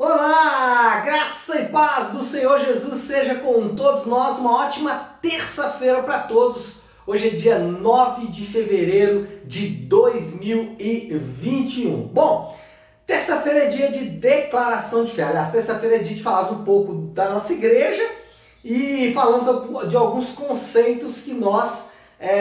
Olá, graça e paz do Senhor Jesus seja com todos nós, uma ótima terça-feira para todos. Hoje é dia 9 de fevereiro de 2021. Bom, terça-feira é dia de declaração de fé. Aliás, terça-feira é dia de falar um pouco da nossa igreja e falamos de alguns conceitos que nós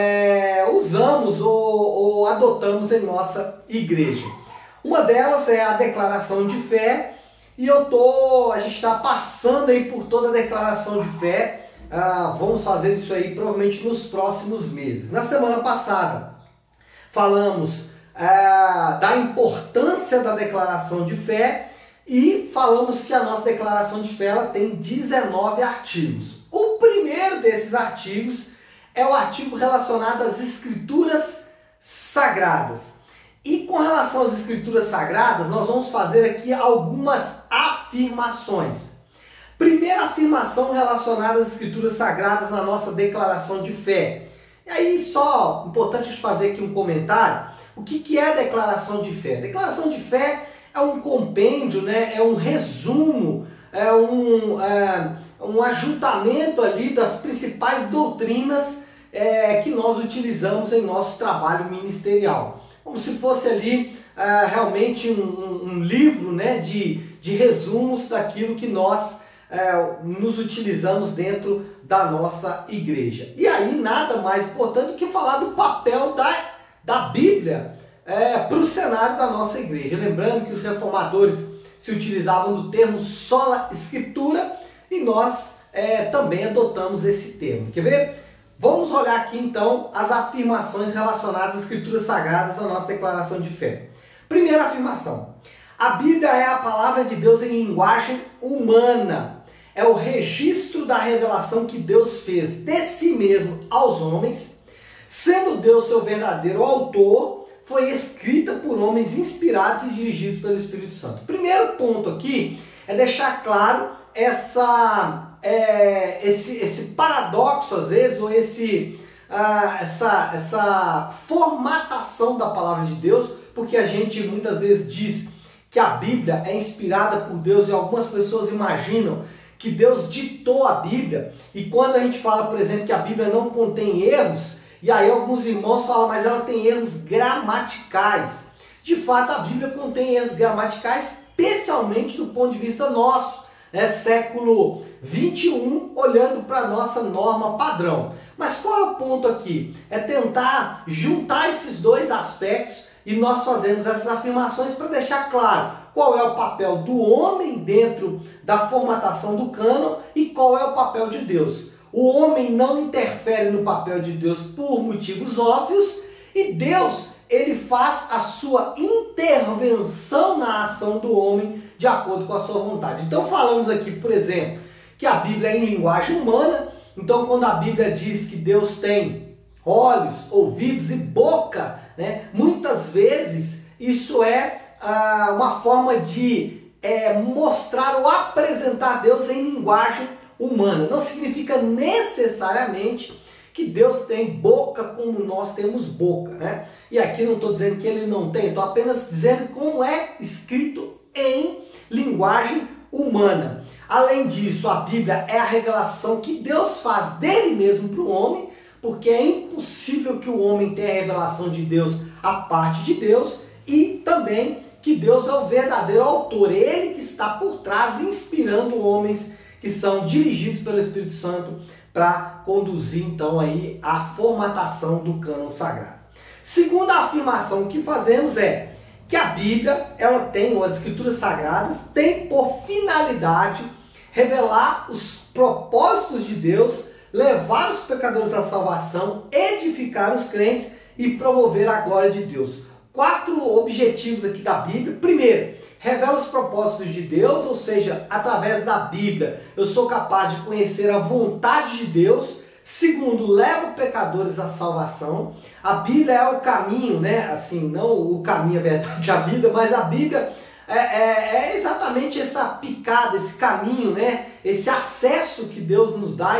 usamos ou adotamos em nossa igreja. Uma delas é a declaração de fé. E a gente está passando aí por toda a declaração de fé, vamos fazer isso aí provavelmente nos próximos meses. Na semana passada falamos da importância da declaração de fé e falamos que a nossa declaração de fé ela tem 19 artigos. O primeiro desses artigos é o artigo relacionado às Escrituras Sagradas. E com relação às Escrituras Sagradas, nós vamos fazer aqui algumas afirmações. Primeira afirmação relacionada às Escrituras Sagradas na nossa declaração de fé. E aí, só importante fazer aqui um comentário. O que é declaração de fé? Declaração de fé é um compêndio, né? É um resumo, é um ajuntamento ali das principais doutrinas que nós utilizamos em nosso trabalho ministerial. Como se fosse ali realmente um livro, né, de resumos daquilo que nós nos utilizamos dentro da nossa igreja. E aí nada mais importante do que falar do papel da Bíblia para o cenário da nossa igreja. Lembrando que os reformadores se utilizavam do termo sola escritura e nós também adotamos esse termo. Quer ver? Vamos olhar aqui então as afirmações relacionadas às Escrituras Sagradas na nossa declaração de fé. Primeira afirmação: a Bíblia é a palavra de Deus em linguagem humana. É o registro da revelação que Deus fez de si mesmo aos homens. Sendo Deus seu verdadeiro autor, foi escrita por homens inspirados e dirigidos pelo Espírito Santo. Primeiro ponto aqui é deixar claro esse paradoxo às vezes, ou essa formatação da palavra de Deus, porque a gente muitas vezes diz que a Bíblia é inspirada por Deus e algumas pessoas imaginam que Deus ditou a Bíblia, e quando a gente fala, por exemplo, que a Bíblia não contém erros, e aí alguns irmãos falam, mas ela tem erros gramaticais. De fato, a Bíblia contém erros gramaticais, especialmente do ponto de vista nosso, século 21, olhando para a nossa norma padrão. Mas qual é o ponto aqui? É tentar juntar esses dois aspectos e nós fazemos essas afirmações para deixar claro qual é o papel do homem dentro da formatação do cânon e qual é o papel de Deus. O homem não interfere no papel de Deus por motivos óbvios e Deus ele faz a sua intervenção na ação do homem de acordo com a sua vontade. Então falamos aqui, por exemplo, que a Bíblia é em linguagem humana. Então quando a Bíblia diz que Deus tem olhos, ouvidos e boca, né, muitas vezes isso é uma forma de mostrar ou apresentar Deus em linguagem humana. Não significa necessariamente que Deus tem boca como nós temos boca, né? E aqui não estou dizendo que ele não tem, estou apenas dizendo como é escrito em linguagem humana. Além disso, a Bíblia é a revelação que Deus faz dele mesmo para o homem, porque é impossível que o homem tenha a revelação de Deus à parte de Deus, e também que Deus é o verdadeiro autor, ele que está por trás, inspirando homens que são dirigidos pelo Espírito Santo para conduzir então aí a formatação do cânon sagrado. Segunda afirmação que fazemos é que a Bíblia, ela tem, ou as Escrituras Sagradas, tem por finalidade revelar os propósitos de Deus, levar os pecadores à salvação, edificar os crentes e promover a glória de Deus. 4 objetivos aqui da Bíblia. Primeiro, revela os propósitos de Deus, ou seja, através da Bíblia eu sou capaz de conhecer a vontade de Deus. Segundo, leva pecadores à salvação. A Bíblia é o caminho, né? Assim, não o caminho, é verdade, a vida, mas a Bíblia é exatamente essa picada, esse caminho, né? Esse acesso que Deus nos dá,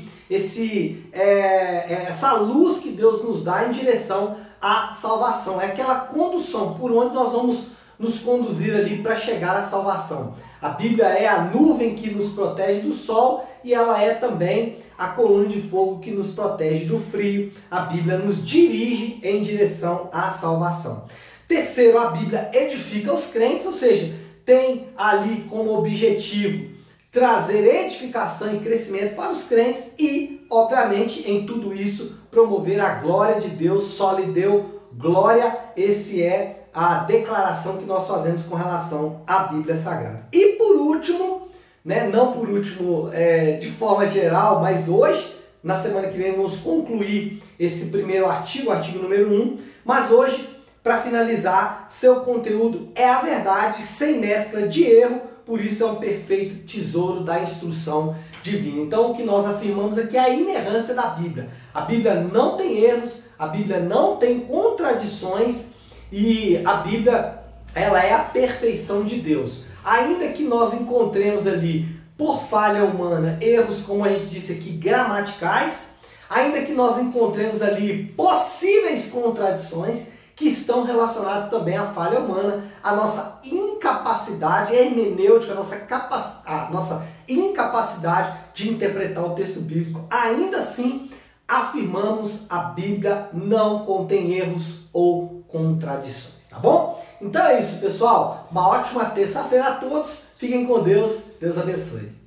essa luz que Deus nos dá em direção à salvação. É aquela condução por onde nós vamos nos conduzir ali para chegar à salvação. A Bíblia é a nuvem que nos protege do sol e ela é também a coluna de fogo que nos protege do frio. A Bíblia nos dirige em direção à salvação. Terceiro, a Bíblia edifica os crentes, ou seja, tem ali como objetivo trazer edificação e crescimento para os crentes e, obviamente, em tudo isso, promover a glória de Deus. Só lhe deu glória. Esse é a declaração que nós fazemos com relação à Bíblia Sagrada. E por último, não por último de forma geral, mas hoje, na semana que vem, vamos concluir esse primeiro artigo, o artigo número 1, mas hoje, para finalizar, seu conteúdo é a verdade, sem mescla de erro, por isso é um perfeito tesouro da instrução divina. Então, o que nós afirmamos aqui é a inerrância da Bíblia. A Bíblia não tem erros, a Bíblia não tem contradições e a Bíblia, ela é a perfeição de Deus. Ainda que nós encontremos ali, por falha humana, erros, como a gente disse aqui, gramaticais, ainda que nós encontremos ali possíveis contradições, que estão relacionados também à falha humana, à nossa incapacidade hermenêutica, a nossa incapacidade de interpretar o texto bíblico. Ainda assim, afirmamos a Bíblia não contém erros ou contradições, tá bom? Então é isso, pessoal. Uma ótima terça-feira a todos. Fiquem com Deus. Deus abençoe.